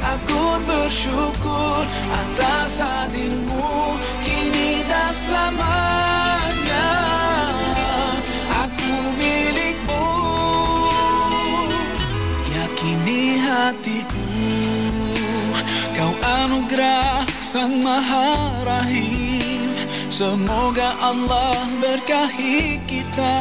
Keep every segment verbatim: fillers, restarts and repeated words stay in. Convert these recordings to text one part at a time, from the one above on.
Aku bersyukur atas hadirmu kini dan selamanya. Aku milikmu, yakini hatiku. Kau anugerah Sang Maha Rahim. Semoga Allah berkahi kita.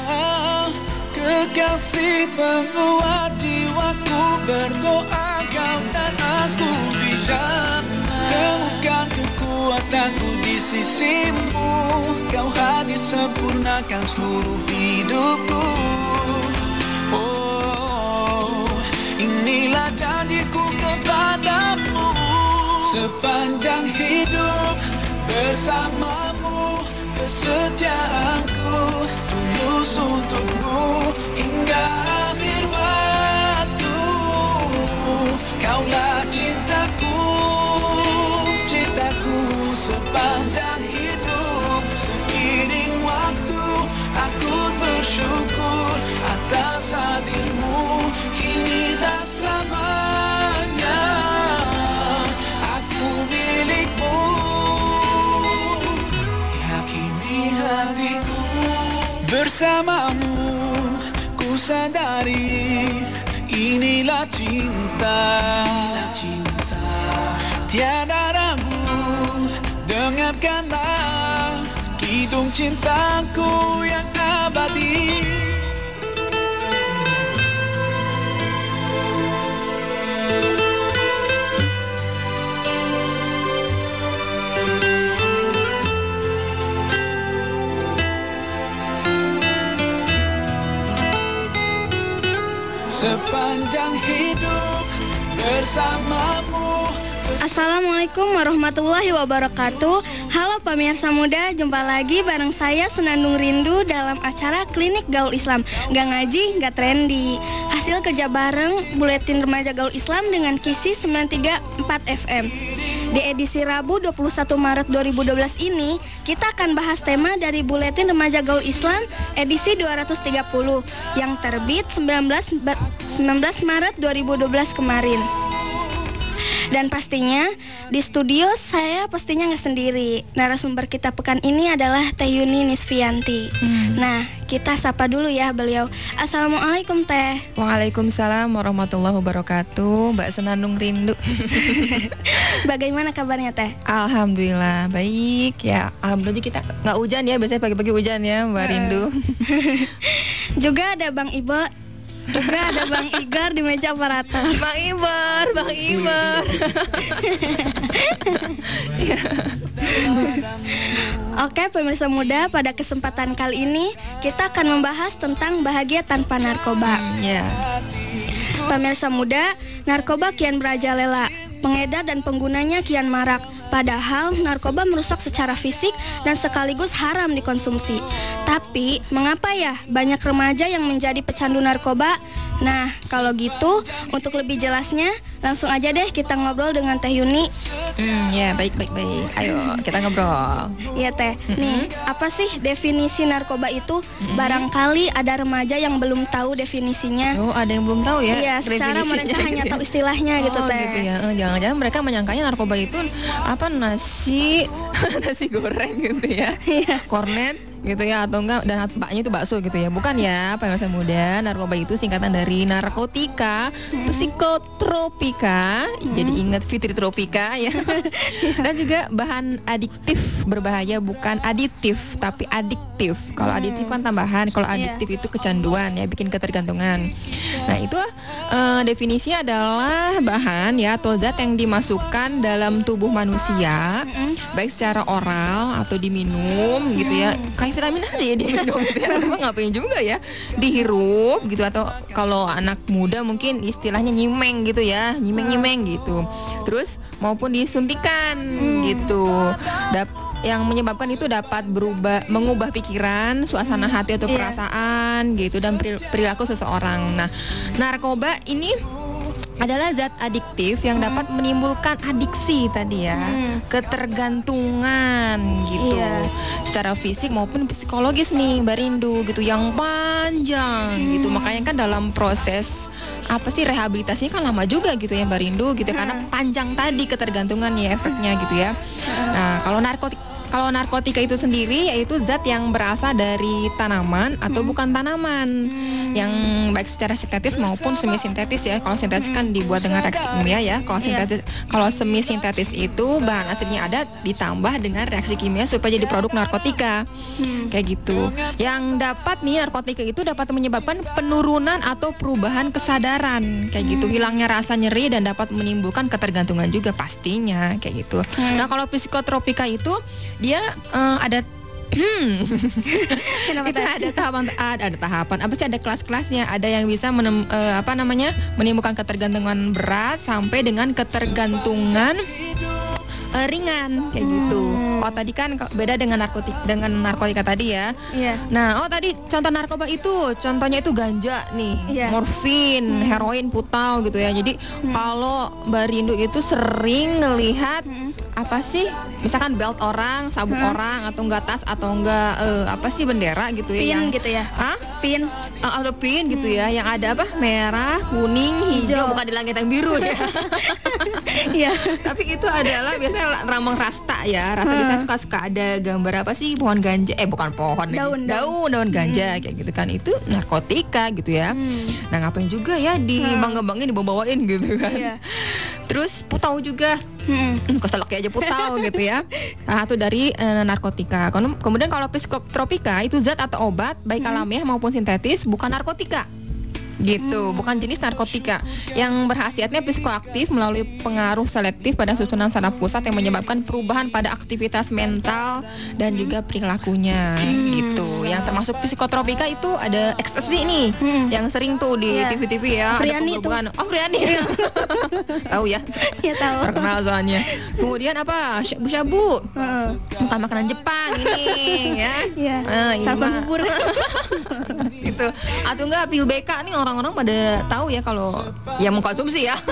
Kekasih penguat jiwaku, berdoa kau dan aku di jannah. Temukan kekuatanku di sisimu. Kau hadir sempurnakan seluruh hidupku. Oh, inilah janjiku kepadamu. Sepanjang hidup bersamamu, kesetiaanku tulus untukmu hingga akhir waktu. Kaulah cintaku, cintaku sepanjang hidup. Seiring waktu aku bersyukur atas hadirmu kini dan selamanya. Aku milikmu, yakini hatiku. Bersamamu ku sadari inilah cinta, cinta. Tiada ragu, dengarkanlah kidung cintaku yang abadi. Sepanjang hidup bersamamu. Assalamualaikum warahmatullahi wabarakatuh. Halo pemirsa muda, jumpa lagi bareng saya Senandung Rindu dalam acara Klinik Gaul Islam. Gak ngaji, gak trendy. Hasil kerja bareng Buletin Remaja Gaul Islam dengan Kisi sembilan tiga empat F M. Di edisi Rabu dua puluh satu Maret dua ribu dua belas ini, kita akan bahas tema dari Buletin Remaja Gaul Islam edisi dua ratus tiga puluh yang terbit sembilan belas Maret dua ribu dua belas kemarin. Dan pastinya di studio saya pastinya nggak sendiri. Narasumber kita pekan ini adalah Teh Yuni Nisfianti. hmm. Nah, kita sapa dulu ya beliau. Assalamualaikum Teh. Waalaikumsalam warahmatullahi wabarakatuh. Mbak Senandung Rindu. Bagaimana kabarnya Teh? Alhamdulillah baik ya. Alhamdulillah kita nggak hujan ya. Biasanya pagi-pagi hujan ya Mbak Rindu. Juga ada Bang Ibo. Juga ada Bang Igor di meja operator. Bang Ibar, Bang Ibar. Oke pemirsa muda, pada kesempatan kali ini kita akan membahas tentang bahagia tanpa narkoba. Ya. Pemirsa muda, narkoba kian merajalela. Pengedar dan penggunanya kian marak. Padahal narkoba merusak secara fisik dan sekaligus haram dikonsumsi. Tapi mengapa ya banyak remaja yang menjadi pecandu narkoba? Nah, kalau gitu untuk lebih jelasnya langsung aja deh kita ngobrol dengan Teh Yuni. Hmm, ya baik baik baik. Ayo kita ngobrol. Iya Teh. Mm-hmm. Nih, apa sih definisi narkoba itu? Mm-hmm. Barangkali ada remaja yang belum tahu definisinya. Oh, ada yang belum tahu ya? Iya, secara mereka hanya tahu istilahnya oh, gitu Teh. Gitu ya. Eh, jangan-jangan mereka menyangkanya narkoba itu apa nasi nasi goreng gitu ya. Kornet gitu ya, atau enggak, dan baknya itu bakso gitu ya. Bukan ya, pemirsa muda, narkoba itu singkatan dari narkotika, hmm. psikotropika, hmm. jadi ingat Fitri Tropika ya. Dan juga bahan adiktif berbahaya, bukan aditif tapi adiktif. Kalau hmm. aditif kan tambahan, kalau adiktif yeah. itu kecanduan ya, bikin ketergantungan. Nah itu uh, definisinya adalah bahan ya atau zat yang dimasukkan dalam tubuh manusia, hmm. baik secara oral atau diminum gitu ya. Kayak vitamin aja ya diminum gitu ya. Emang ngapain juga ya dihirup gitu, atau kalau anak muda mungkin istilahnya nyimeng gitu ya, nyimeng-nyimeng gitu. Terus maupun disuntikan hmm. gitu. Dap- yang menyebabkan itu dapat berubah, mengubah pikiran, suasana hati atau perasaan gitu, dan perilaku seseorang. Nah, narkoba ini adalah zat adiktif yang Hmm. dapat menimbulkan adiksi tadi ya, Hmm. ketergantungan gitu, Iya. secara fisik maupun psikologis nih Mbak Rindu gitu, yang panjang gitu. Hmm. Makanya kan dalam proses apa sih rehabilitasinya kan lama juga gitu ya Mbak Rindu gitu, karena Hmm. panjang tadi ketergantungan ya efeknya gitu ya. Nah kalau narkotik Kalau narkotika itu sendiri yaitu zat yang berasal dari tanaman atau bukan tanaman, yang baik secara sintetis maupun semi sintetis ya. Kalau sintetis kan dibuat dengan reaksi kimia ya. Kalau sintetis, kalau semi sintetis itu bahan aslinya ada ditambah dengan reaksi kimia supaya jadi produk narkotika. Kayak gitu. Yang dapat nih narkotika itu dapat menyebabkan penurunan atau perubahan kesadaran kayak gitu, hilangnya rasa nyeri dan dapat menimbulkan ketergantungan juga pastinya kayak gitu. Nah, kalau psikotropika itu dia eh, ada Kenapa itu tadi? ada tahapan ada, ada tahapan apa sih, ada kelas-kelasnya, ada yang bisa menem, eh, apa namanya menimbulkan ketergantungan berat sampai dengan ketergantungan eh, ringan kayak gitu. Kalau tadi kan ko- beda dengan narkotik dengan narkotika tadi ya. Iya. Nah, oh tadi contoh narkoba itu, contohnya itu ganja nih, Iya. morfin, heroin, putau gitu ya. Jadi kalau Mbak Rindu itu sering ngelihat apa sih, misalkan belt orang, sabuk orang, atau enggak tas, atau enggak eh, apa sih bendera gitu ya, Pin yang gitu ya. Hah? Pin. Eh, atau pin gitu ya, yang ada apa, merah, kuning, hijau, Hijau. bukan di langit yang biru ya. Iya. Tapi itu adalah biasanya rambang rasta ya. Rasta biasanya suka-suka ada gambar apa sih, pohon ganja, eh bukan pohon, lagi. Daun, daun. daun, daun ganja kayak gitu kan. Itu narkotika gitu ya. Hmm. Nah, ngapain juga ya di bangga-banggain, dibawa-bawain gitu kan. Iya. Terus putau juga. Hmm. Hmm, keselak aja putau gitu ya. Nah, itu dari eh, narkotika. Kon- Kemudian kalau psikotropika itu zat atau obat baik alamiah maupun sintetis, bukan narkotika. Gitu, bukan jenis narkotika yang berkhasiatnya psikoaktif melalui pengaruh selektif pada susunan saraf pusat yang menyebabkan perubahan pada aktivitas mental dan juga perilakunya gitu. Yang termasuk psikotropika itu ada ekstasi nih, Hmm. yang sering tuh di Iya. T V T V ya, ada Friani tuh. penggerbekan. Oh, Friani. Tahu ya? Ya tahu. Terkenal soalnya. Kemudian apa? Syabu-syabu. Heeh. Bukan makanan Jepang ini ya. Iya. Eh, ini Sarapan mah- bubur. gitu. Atau enggak pil B K nih, orang-orang pada tahu ya kalau ya mengkonsumsi ya.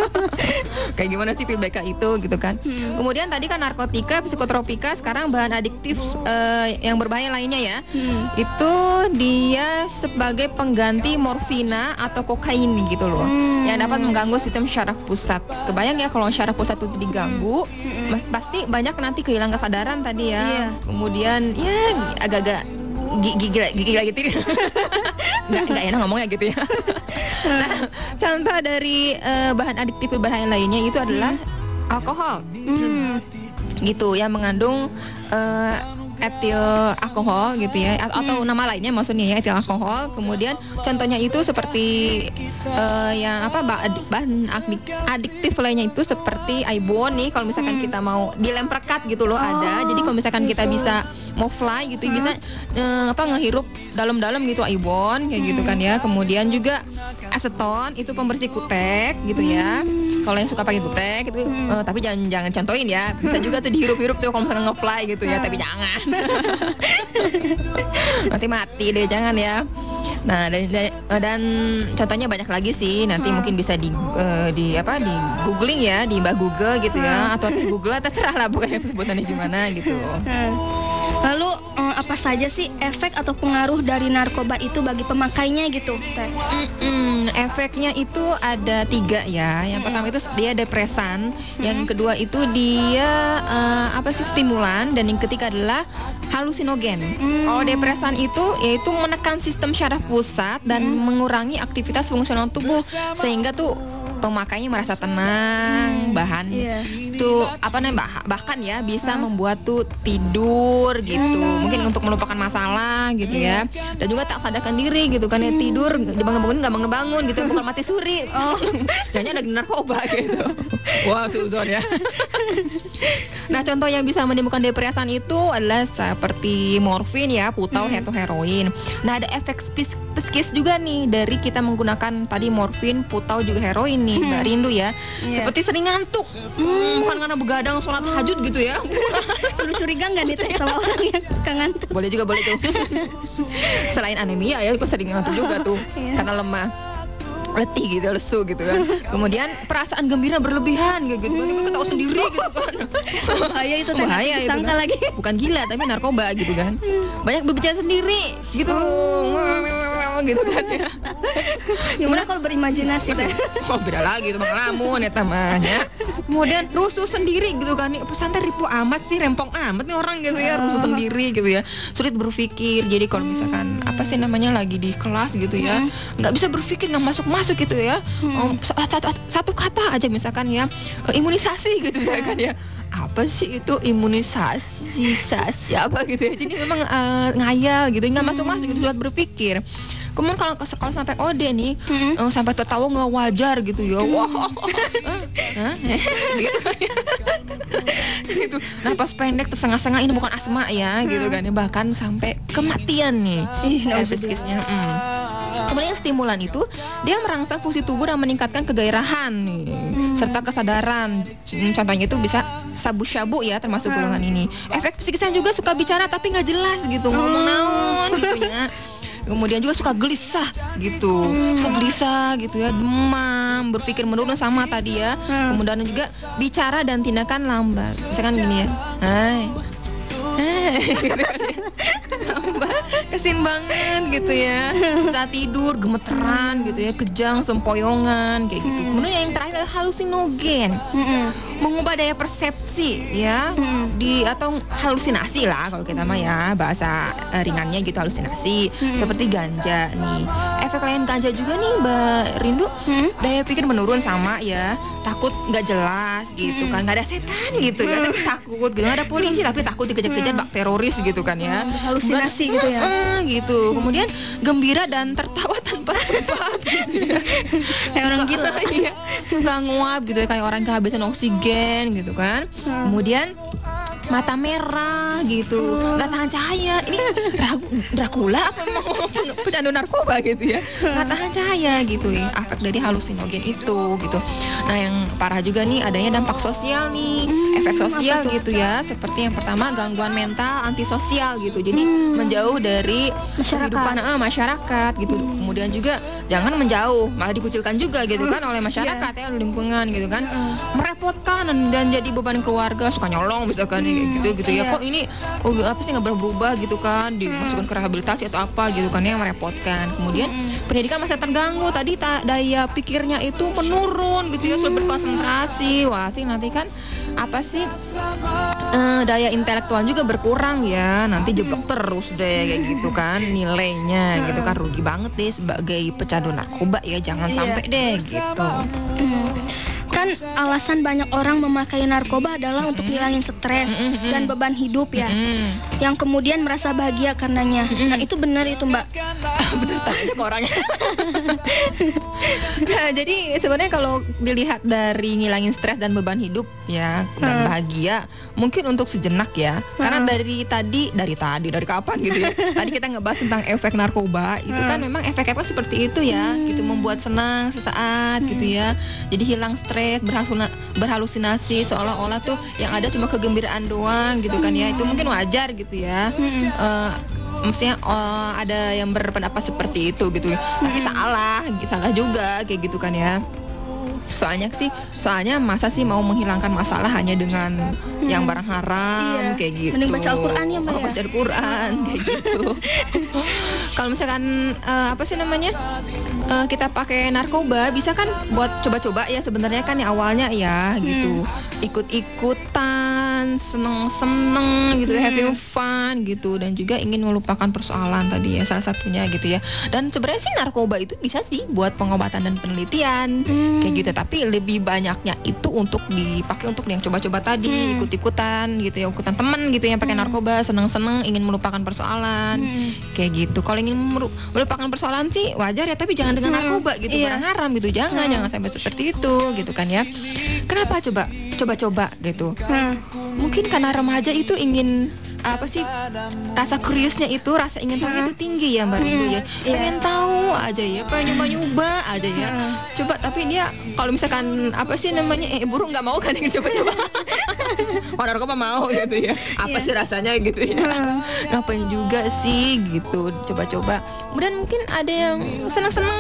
Kayak gimana sih pil B K itu gitu kan. Kemudian tadi kan narkotika, psikotropika, sekarang bahan adiktif eh, yang berbahaya lainnya ya. Hmm. Itu dia sebagai pengganti morfina atau kokain gitu loh. Yang dapat mengganggu sistem syaraf pusat. Kebayang ya kalau syaraf pusat itu diganggu, mas- pasti banyak nanti kehilangan kesadaran tadi ya. Iya. Kemudian ya agak-agak gi- gigi gigi gitu. nggak nggak enak ngomongnya gitu ya. Nah, contoh dari eh, bahan adiktif berbahaya lainnya itu adalah alkohol. Hmm. Gitu yang mengandung eh, etil alkohol gitu ya, A- atau nama lainnya maksudnya ya etil alkohol. Kemudian contohnya itu seperti eh, yang apa bah- adik- bahan adik- adiktif lainnya itu seperti ibon nih, kalau misalkan kita mau dilem perekat gitu loh ada. Jadi kalau misalkan kita bisa mau fly gitu bisa eh, apa ngehirup dalam-dalam gitu ibon kayak gitu kan ya. Kemudian juga aseton itu pembersih kutek gitu ya. Kalau yang suka pakai kutek itu eh, tapi jangan jangan contohin ya. Bisa juga tuh dihirup-hirup tuh kalau misalkan nge-fly gitu ya, tapi jangan. Nanti mati deh, jangan ya. Nah, dan, dan contohnya banyak lagi sih. Nanti mungkin bisa di eh, di apa di googling ya, di Mbah Google gitu ya, atau di Google terserah lah pokoknya sebutannya gimana gitu. Hmm. Lalu eh, apa saja sih efek atau pengaruh dari narkoba itu bagi pemakainya gitu, Teh? Mm-mm, efeknya itu ada tiga ya. Yang pertama itu dia depresan, yang kedua itu dia eh, apa sih stimulan, dan yang ketiga adalah halusinogen. Kalau depresan itu yaitu menekan sistem syaraf pusat dan mengurangi aktivitas fungsional tubuh sehingga tuh pemakainya merasa tenang, bahan Iya. tuh apa namanya bah- bahkan ya bisa membuat tuh tidur gitu, mungkin untuk melupakan masalah gitu ya, dan juga tak sadarkan diri gitu kan ya, tidur dibangun-bangun nggak bangun-bangun gitu, bukan mati suri, oh jangan ada narkoba gitu. Wah, suzon ya. Nah, contoh yang bisa menimbulkan depresan itu adalah seperti morfin ya, putau, atau heroin. Nah, ada efek spes- psikis juga nih dari kita menggunakan tadi morfin, putau, juga heroin nih, Mbak Rindu ya. Iya. Seperti sering ngantuk. Hmm, bukan karena begadang sholat tahajud gitu ya. Lu curiga nggak nih Teh sama orang yang suka ngantuk? Boleh juga, boleh tuh. Selain anemia ya, kok sering ngantuk juga tuh Iya. karena lemah. letih gitu, lesu gitu kan. Kemudian perasaan gembira berlebihan gitu, gitu. Kita tahu sendiri gitu kan. Bahaya itu, bahaya itu sangka kan. lagi. Bukan gila tapi narkoba gitu kan. Banyak berbicara sendiri gitu. Gitu kan ya. Gimana kalau berimajinasi teh? Oh beda lagi itu mah ngelamun ya tamanya. Kemudian rusuh sendiri gitu kan. Nih pesantren ribu amat sih, rempong amat nih orang gitu ya, rusuh sendiri gitu ya. Sulit berpikir. Jadi kalau misalkan apa sih namanya lagi di kelas gitu ya, nggak bisa berpikir, nggak masuk-masuk gitu ya. Oh, satu, satu kata aja misalkan ya, imunisasi gitu misalkan ya. Apa sih itu imunisasi, sasi apa gitu ya. Jadi memang uh, ngayal gitu, nggak masuk-masuk gitu, sulit berpikir. Kemudian kalau ke sekolah sampai O D nih, hmm. uh, sampai tertawa nggak wajar gitu ya, wah, wow. gitu kan ya. Gitu. Napas pendek tersengah-sengah, ini bukan asma ya, gitu kan ya, bahkan sampai kematian nih, fiskisnya. Hmm. Kemudian stimulan itu dia merangsang fungsi tubuh dan meningkatkan kegairahan nih, hmm. serta kesadaran. Hmm, contohnya itu bisa sabu-sabu ya, termasuk golongan ini. Efek psikisnya juga suka bicara tapi nggak jelas gitu, ngomong naon gitu ya. Kemudian juga suka gelisah gitu, suka gelisah gitu ya, demam, berpikir menurun sama tadi ya. Kemudian juga bicara dan tindakan lambat. Misalkan gini ya, hai, hai, gitu kan ya. Lambat, kesin banget gitu ya. Saat tidur gemeteran gitu ya, kejang, sempoyongan kayak gitu. Kemudian yang terakhir adalah halusinogen. Mengubah daya persepsi ya, hmm. di atau halusinasi lah kalau kita mah ya, bahasa uh, ringannya gitu, halusinasi. hmm. Seperti ganja nih. Efek lain ganja juga nih Mbak Rindu, hmm. daya pikir menurun sama ya, takut nggak jelas gitu hmm. kan, nggak ada setan gitu ya, tapi takut gitu, nggak ada polisi tapi takut dikejar-kejar bak teroris gitu kan ya, halusinasi gitu ya, uh, gitu. Kemudian gembira dan tertawa tanpa sebab gitu ya. Kayak orang gila ya, suka nguap gitu ya, kayak orang kehabisan oksigen gitu kan. hmm. Kemudian mata merah gitu, nggak tahan cahaya. Ini ragu, Dracula apa memang pecandu narkoba gitu ya, nggak tahan cahaya gitu ya, efek dari halusinogen itu gitu. Nah yang parah juga nih adanya dampak sosial nih, efek sosial gitu ya, seperti yang pertama gangguan mental antisosial gitu, jadi menjauh dari kehidupan eh, masyarakat gitu. Kemudian juga jangan menjauh, malah dikucilkan juga gitu kan oleh masyarakat ya, lingkungan gitu kan, merepotkan dan jadi beban keluarga, suka nyolong misalkan kayak gitu gitu ya, kok ini oh, apa sih nggak berubah gitu kan, dimasukkan ke rehabilitasi atau apa gitu kan, yang merepotkan. Kemudian pendidikan masih terganggu, tadi ta- daya pikirnya itu menurun gitu ya, sulit berkonsentrasi. Wah sih nanti kan apa sih uh, daya intelektual juga berkurang ya, nanti jeblok terus deh kayak gitu kan nilainya gitu kan, rugi banget deh sebagai pecandu narkoba ya, jangan sampai deh gitu. Kan alasan banyak orang memakai narkoba adalah untuk hilangin stres mm-hmm. dan beban hidup ya, mm-hmm. yang kemudian merasa bahagia karenanya. mm-hmm. Nah itu benar itu Mbak. Bener tanya ke orangnya. Nah jadi sebenarnya kalau dilihat dari ngilangin stres dan beban hidup ya, dan hmm. bahagia mungkin untuk sejenak ya, hmm. karena dari tadi dari tadi dari kapan gitu ya, tadi kita ngebahas tentang efek narkoba itu hmm. kan memang efek-efek seperti itu ya, hmm. gitu, membuat senang sesaat hmm. gitu ya, jadi hilang stres, berhalusinasi seolah-olah tuh yang ada cuma kegembiraan doang gitu kan ya, itu mungkin wajar gitu ya. hmm. uh, Maksudnya uh, ada yang berpendapat seperti itu gitu ya, tapi salah, salah juga kayak gitu kan ya. Soalnya sih, soalnya masa sih mau menghilangkan masalah hanya dengan hmm. yang barang haram, iya. kayak gitu. Mending baca Al-Quran ya Mbak. Oh, baca Al-Quran kayak gitu. Kalau misalkan uh, apa sih namanya, uh, kita pakai narkoba, bisa kan buat coba-coba ya sebenarnya kan ya, awalnya ya gitu, hmm. ikut-ikutan, seneng-seneng gitu, hmm. having fun gitu, dan juga ingin melupakan persoalan tadi ya, salah satunya gitu ya. Dan sebenarnya sih narkoba itu bisa sih buat pengobatan dan penelitian, hmm. kayak gitu. Tapi lebih banyaknya itu untuk dipakai untuk yang coba-coba tadi, hmm. ikut-ikutan gitu ya, ikutan temen gitu yang pakai hmm. narkoba, seneng-seneng ingin melupakan persoalan, hmm. kayak gitu. Kalau ingin melupakan persoalan sih wajar ya, tapi jangan dengan narkoba gitu, iya. barang haram gitu, jangan, hmm. jangan sampai seperti itu gitu kan ya. Kenapa coba, coba-coba gitu? Hmm. Mungkin karena remaja itu ingin apa sih, rasa kuriusnya itu, rasa ingin tahu itu tinggi ya Mbak Rindu ya, pengen tahu aja ya, pengen nyoba-nyoba aja ya, coba. Tapi dia kalau misalkan apa sih namanya, eh burung nggak mau kan ingin coba-coba. Kalau narkoba mau gitu ya, apa sih rasanya gitu ya, ngapain juga sih gitu, coba-coba. Kemudian mungkin ada yang senang-senang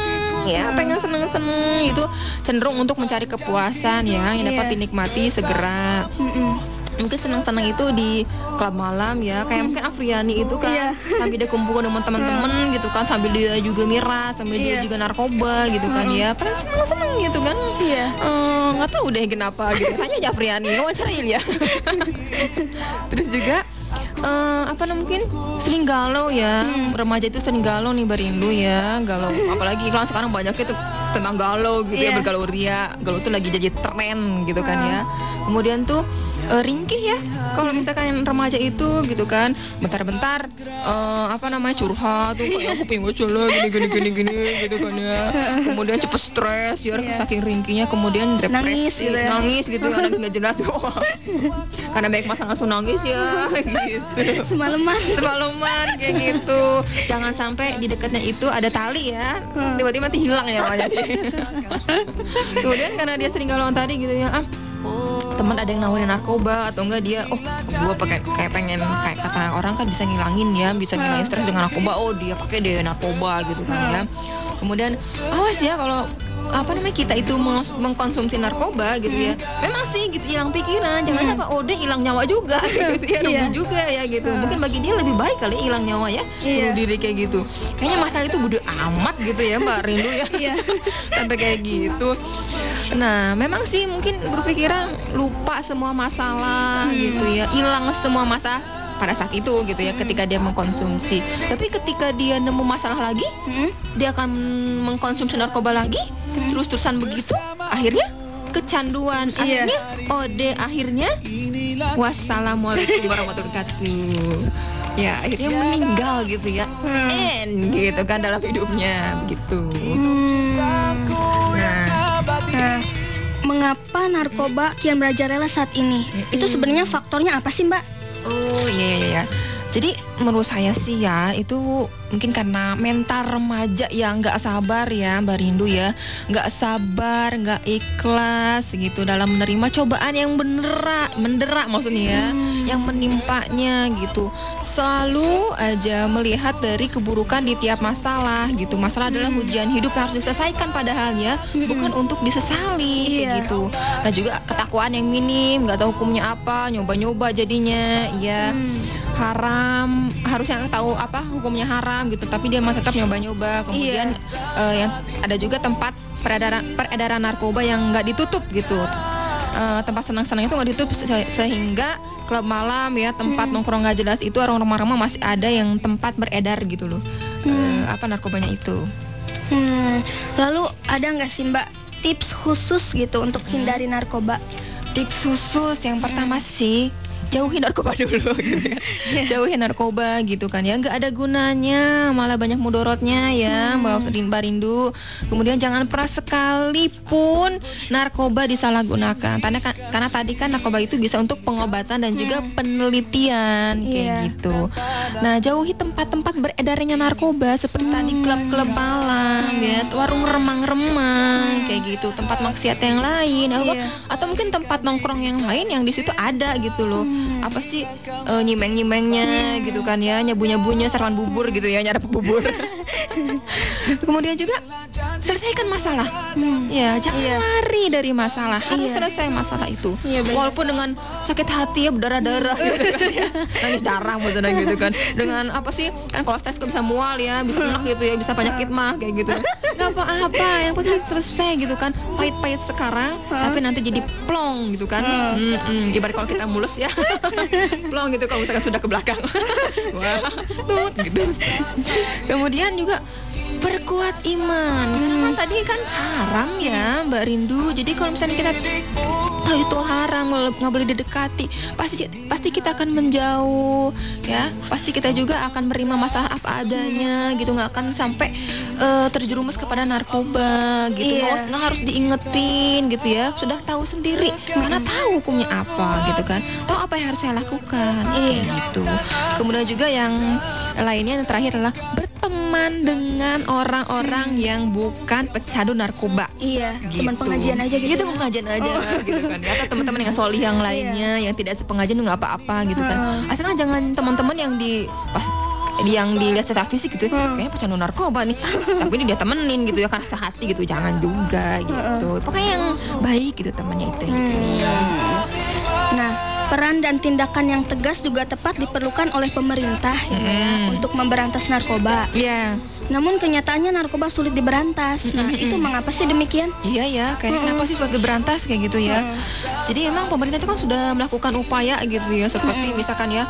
ya, pengen seneng-seneng itu cenderung untuk mencari kepuasan ya yang dapat Iya. dinikmati segera. Mm-mm. Mungkin senang-senang itu di klub malam ya, kayak mungkin Afriani itu kan Iya. sambil dia kumpul dengan teman-teman gitu kan, sambil dia juga miras, sambil dia Iya. juga narkoba gitu kan ya, pengen senang-senang gitu kan. Iya. Eh, nggak tahu deh kenapa gitu, tanya aja Afriani, wawancarain ya. Terus juga eh, apa namanya, mungkin sering galau ya, remaja itu sering galau nih Barindu ya, galau, apalagi iklan sekarang banyak itu tentang galau gitu ya, Iya. bergalau ria, galau tuh lagi jadi tren gitu kan ya. Kemudian tuh eh, ringkih ya, kalau misalkan remaja itu gitu kan, bentar-bentar eh, apa namanya curhat tuh, kayak aku pengen masalah gini gini gini gini gitu kan ya. Kemudian cepet stres ya, Iya. saking ringkihnya, kemudian depresi, Nangis gitu ya. nangis gitu kan, nggak jelas. Wah. Karena banyak masa langsung nangis ya gitu. Semalaman. Semalaman kayak gitu. Jangan sampai di dekatnya itu ada tali ya, tiba-tiba nanti hilang ya makanya. Kemudian karena dia sering galau tadi gitu ya, ah teman ada yang nawarin narkoba atau enggak dia, oh gua pakai kayak pengen, kayak kata orang kan bisa ngilangin ya, bisa ngilangin stres dengan narkoba, oh dia pakai deh narkoba gitu kan ya. Kemudian awas ya kalau apa namanya kita itu meng- mengkonsumsi narkoba gitu ya, memang sih gitu hilang pikiran, jangan sampai oh dia hilang nyawa juga gitu ya, rugi Iya. juga ya gitu. Mungkin bagi dia lebih baik kali hilang nyawa ya, Iya. bunuh diri kayak gitu. Kayaknya masalah itu gede amat gitu ya Mbak Rindu ya. Iya. Sampai kayak gitu. Nah, memang sih mungkin berpikiran lupa semua masalah gitu ya, hilang semua masalah pada saat itu gitu ya, ketika dia mengkonsumsi. Tapi ketika dia nemu masalah lagi, Hmm? dia akan mengkonsumsi narkoba lagi, terus-terusan begitu, akhirnya kecanduan, Iya. akhirnya ode, akhirnya wassalamualaikum warahmatullahi wabarakatuh. Ya, akhirnya meninggal gitu ya, Hmm. end gitu kan dalam hidupnya begitu. Hmm. Nah, Nah, mengapa narkoba kian merajalela saat ini? Itu sebenarnya faktornya apa sih, Mbak? oh iya iya iya. Jadi menurut saya sih ya itu mungkin karena mental remaja yang nggak sabar ya Mbak Rindu ya, nggak sabar, nggak ikhlas gitu dalam menerima cobaan yang mendera, mendera maksudnya ya, yang menimpanya gitu. Selalu aja melihat dari keburukan di tiap masalah gitu. Masalah adalah ujian hidup yang harus diselesaikan padahal ya, bukan untuk disesali kayak Iya. gitu. Nah juga ketakwaan yang minim, nggak tahu hukumnya apa, nyoba-nyoba jadinya, ya haram, harusnya tahu apa hukumnya haram gitu, tapi dia masih tetap nyoba-nyoba. Kemudian eh, yang ada juga tempat peredaran peredaran narkoba yang nggak ditutup gitu. Eh, tempat senang-senang itu nggak ditutup se- sehingga klub malam ya, tempat nongkrong nggak jelas itu orang remah-remah masih ada yang tempat beredar gitu loh. Eh, apa narkobanya itu. Hmm. Lalu ada nggak sih, Mbak, tips khusus gitu untuk hindari narkoba? Tips khusus yang pertama sih jauhi narkoba dulu gitu kan. Jauhi narkoba gitu kan ya, nggak ada gunanya, malah banyak mudorotnya ya Mbak Mbak Rindu. Kemudian jangan pernah sekalipun narkoba disalahgunakan, karena kan, karena tadi kan narkoba itu bisa untuk pengobatan dan juga penelitian kayak Iya. gitu. Nah, jauhi tempat-tempat beredarnya narkoba seperti tadi klub-klub malam ya, warung remang-remang kayak gitu, tempat maksiat yang lain atau, Iya. atau mungkin tempat nongkrong yang lain yang di situ ada gitu loh. Apa sih eh, nyimeng-nyimengnya gitu kan ya, nyabu-nyabunya sarapan bubur gitu ya, nyarap bubur. Kemudian juga selesaikan masalah. Ya, jangan Iya. lari dari masalah, harus Iya. selesai masalah itu. Iya, benar. Walaupun dengan sakit hati ya, berdarah-darah gitu kan ya. Nangis darah maksudnya gitu kan. Dengan apa sih? Kan kalau stres juga bisa mual ya, bisa enak gitu ya, bisa penyakit mah kayak gitu. Nggak apa-apa, yang penting selesai gitu kan. Pahit-pahit sekarang, tapi nanti jadi plong gitu kan. Mm-mm. Ibarat kalau kita mulus ya. Plong gitu kalau misalkan sudah ke belakang. Wah, tut gitu. Kemudian juga perkuat iman, karena kan tadi kan haram ya Mbak Rindu. Jadi kalau misalnya kita oh, itu haram, nggak boleh didekati, pasti pasti kita akan menjauh ya, pasti kita juga akan menerima masalah apa adanya gitu, nggak akan sampai eh, terjerumus kepada narkoba gitu. Nggak Iya. us- nggak harus diingetin gitu ya, sudah tahu sendiri karena tahu hukumnya apa gitu kan, tahu apa yang harus saya lakukan kayak gitu. Kemudian juga yang lainnya yang terakhir adalah berteman dengan orang-orang yang bukan pecandu narkoba. Iya, Gitu. teman pengajian aja gitu. Iya, ya? teman pengajian aja gitu kan. Ya, atau teman-teman yang solih yang lainnya yang tidak sepengajian nggak apa-apa gitu kan. Asalkan jangan teman-teman yang di pas yang dilihat secara fisik gitu, hmm. kayaknya pecandu narkoba nih, tapi ini dia temenin gitu ya karena sehati gitu, jangan juga gitu. Pokoknya yang baik gitu temannya itu. Hmm. Nah, peran dan tindakan yang tegas juga tepat diperlukan oleh pemerintah hmm. ya, untuk memberantas narkoba. Iya. Yeah. Namun kenyataannya narkoba sulit diberantas. Nah, mm-hmm. itu mengapa sih demikian? Iya ya, kayaknya mm-hmm. kenapa sih sulit diberantas kayak gitu ya? Mm-hmm. Jadi emang pemerintah itu kan sudah melakukan upaya gitu ya, seperti mm-hmm. misalkan ya,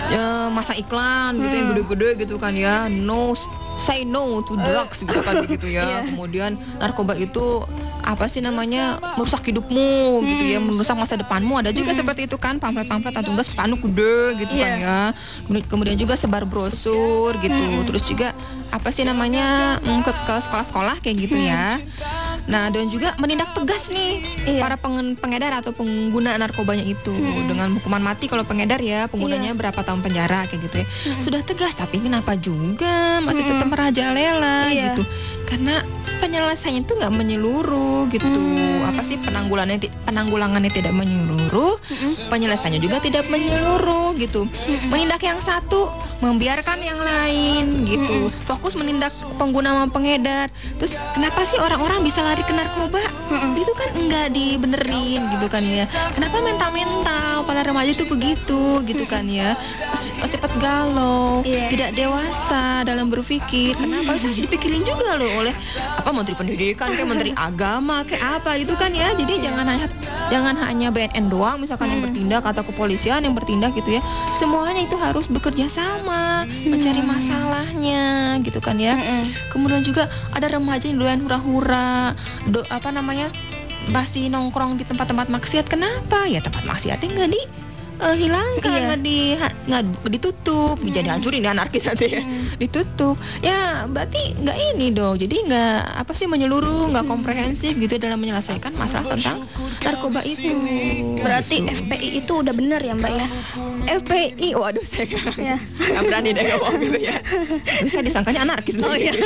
ya masa iklan gitu mm-hmm. yang gede-gede gitu kan ya, no say no to drugs gitu kan gitu ya. Yeah. Kemudian narkoba itu apa sih namanya merusak hidupmu hmm. gitu ya, merusak masa depanmu, ada juga hmm. seperti itu kan, pamflet-pamflet atau enggak spanduk gede gitu yeah. kan ya. Kemudian, kemudian juga sebar brosur gitu, hmm. terus juga apa sih namanya mm, ke, ke sekolah-sekolah kayak gitu hmm. ya. Nah, dan juga menindak tegas nih iya. para pengen, pengedar atau pengguna narkobanya itu hmm. dengan hukuman mati kalau pengedar ya, penggunanya iya. berapa tahun penjara kayak gitu ya. Hmm. Sudah tegas, tapi kenapa juga masih hmm. tetap merajalela iya. gitu? Karena penyelesaiannya itu nggak menyeluruh gitu. Hmm. Apa sih penanggulangannya penanggulangannya tidak menyeluruh, hmm. penyelesaiannya juga tidak menyeluruh gitu. Hmm. Menindak yang satu, membiarkan yang lain gitu. Hmm. Fokus menindak pengguna sama pengedar. Terus kenapa sih orang-orang bisa lari ke narkoba? Hmm. Itu kan enggak dibenerin gitu kan ya. Kenapa mental-mental para remaja itu begitu gitu kan ya. Cepat galau, yeah. tidak dewasa dalam berpikir. Kenapa harus dipikirin juga loh oleh apa menteri pendidikan kayak menteri agama kayak apa itu kan ya. Jadi jangan hanya jangan hanya B N N doang misalkan hmm. yang bertindak atau kepolisian yang bertindak gitu ya. Semuanya itu harus bekerja sama hmm. mencari masalahnya gitu kan ya. Hmm. Kemudian juga ada remaja yang doyan hura-hura, do, apa namanya masih nongkrong di tempat-tempat maksiat. Kenapa? Ya tempat maksiatnya nggak di Uh, hilangkan, nggak iya. di nggak ditutup, hmm. jadi hancurin ya anarkis nanti ya, hmm. ditutup. Ya berarti nggak ini dong. Jadi nggak apa sih menyeluruh, nggak komprehensif gitu dalam menyelesaikan masalah tentang narkoba itu. Berarti gitu. F P I itu udah bener ya Mbak ya? F P I, waduh saya nggak ya. berani deh ngomong gitu ya. Bisa disangkanya anarkis loh. Oh, iya.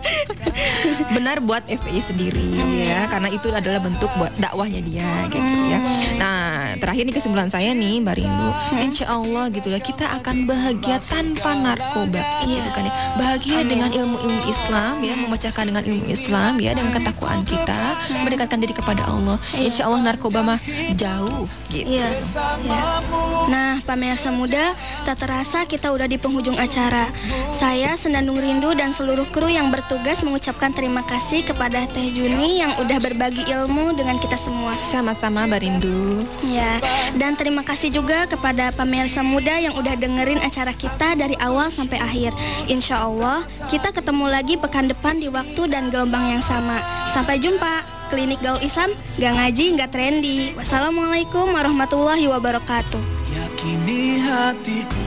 Benar buat F P I sendiri hmm. ya, karena itu adalah bentuk buat dakwahnya dia gitu hmm. ya. Nah terakhir nih kesimpulan saya nih Mbak Rindu, hmm. insya Allah gitu ya kita akan bahagia tanpa narkoba gitu kan ya, bahagia Amin. Dengan ilmu-ilmu Islam ya, memecahkan dengan ilmu Islam ya, dengan ketakwaan kita, mendekatkan diri kepada Allah. Insya Allah narkoba mah jauh gitu. Iya. Ya. Nah pemirsa muda, tak terasa kita udah di penghujung acara. Saya Senandung Rindu dan seluruh kru yang bertugas mengucapkan terima kasih kepada Teh Juni yang udah berbagi ilmu dengan kita semua. Sama-sama Mbak Rindu. Ya. Dan terima kasih juga kepada pemirsa muda yang udah dengerin acara kita dari awal sampai akhir. Insya Allah kita ketemu lagi pekan depan di waktu dan gelombang yang sama. Sampai jumpa. Klinik Gaul Islam, gak ngaji, gak trendy. Wassalamualaikum warahmatullahi wabarakatuh. Yakini hatiku,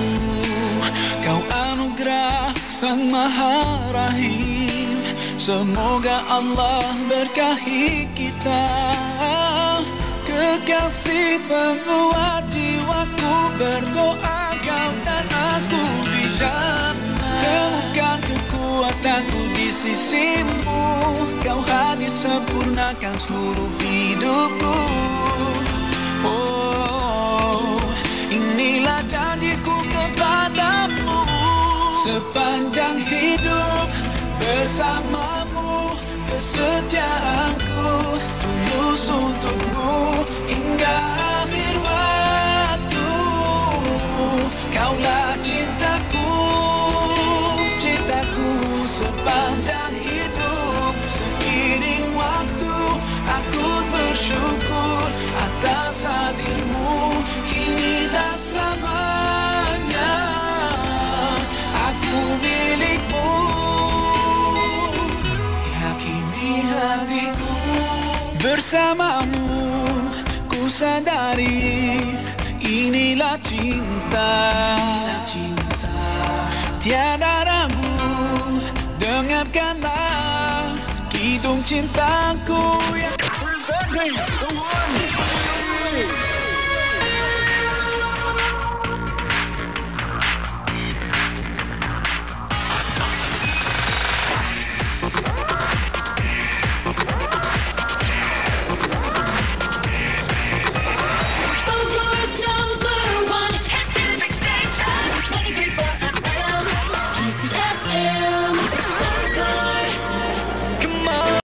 kau anugerah Sang Maha Rahim. Semoga Allah berkahi kita, kekasih penguat jiwaku, berdoa kau dan aku di jannah. Temukan kekuatanku di sisimu, kau hadir sempurnakan seluruh hidupku. Oh, inilah janjiku kepadamu, sepanjang hidup bersamamu, kesetiaanku tulus untukmu hingga akhir waktu. Kaulah cintaku, cintaku sepanjang hidup. Seiring waktu aku bersyukur atas hadirmu kini dan selamanya. Aku milikmu, yakini hatiku. Bersamamu ku sadari inilah cinta, cinta. Tiada ragu, dengarkanlah kidung cintaku yang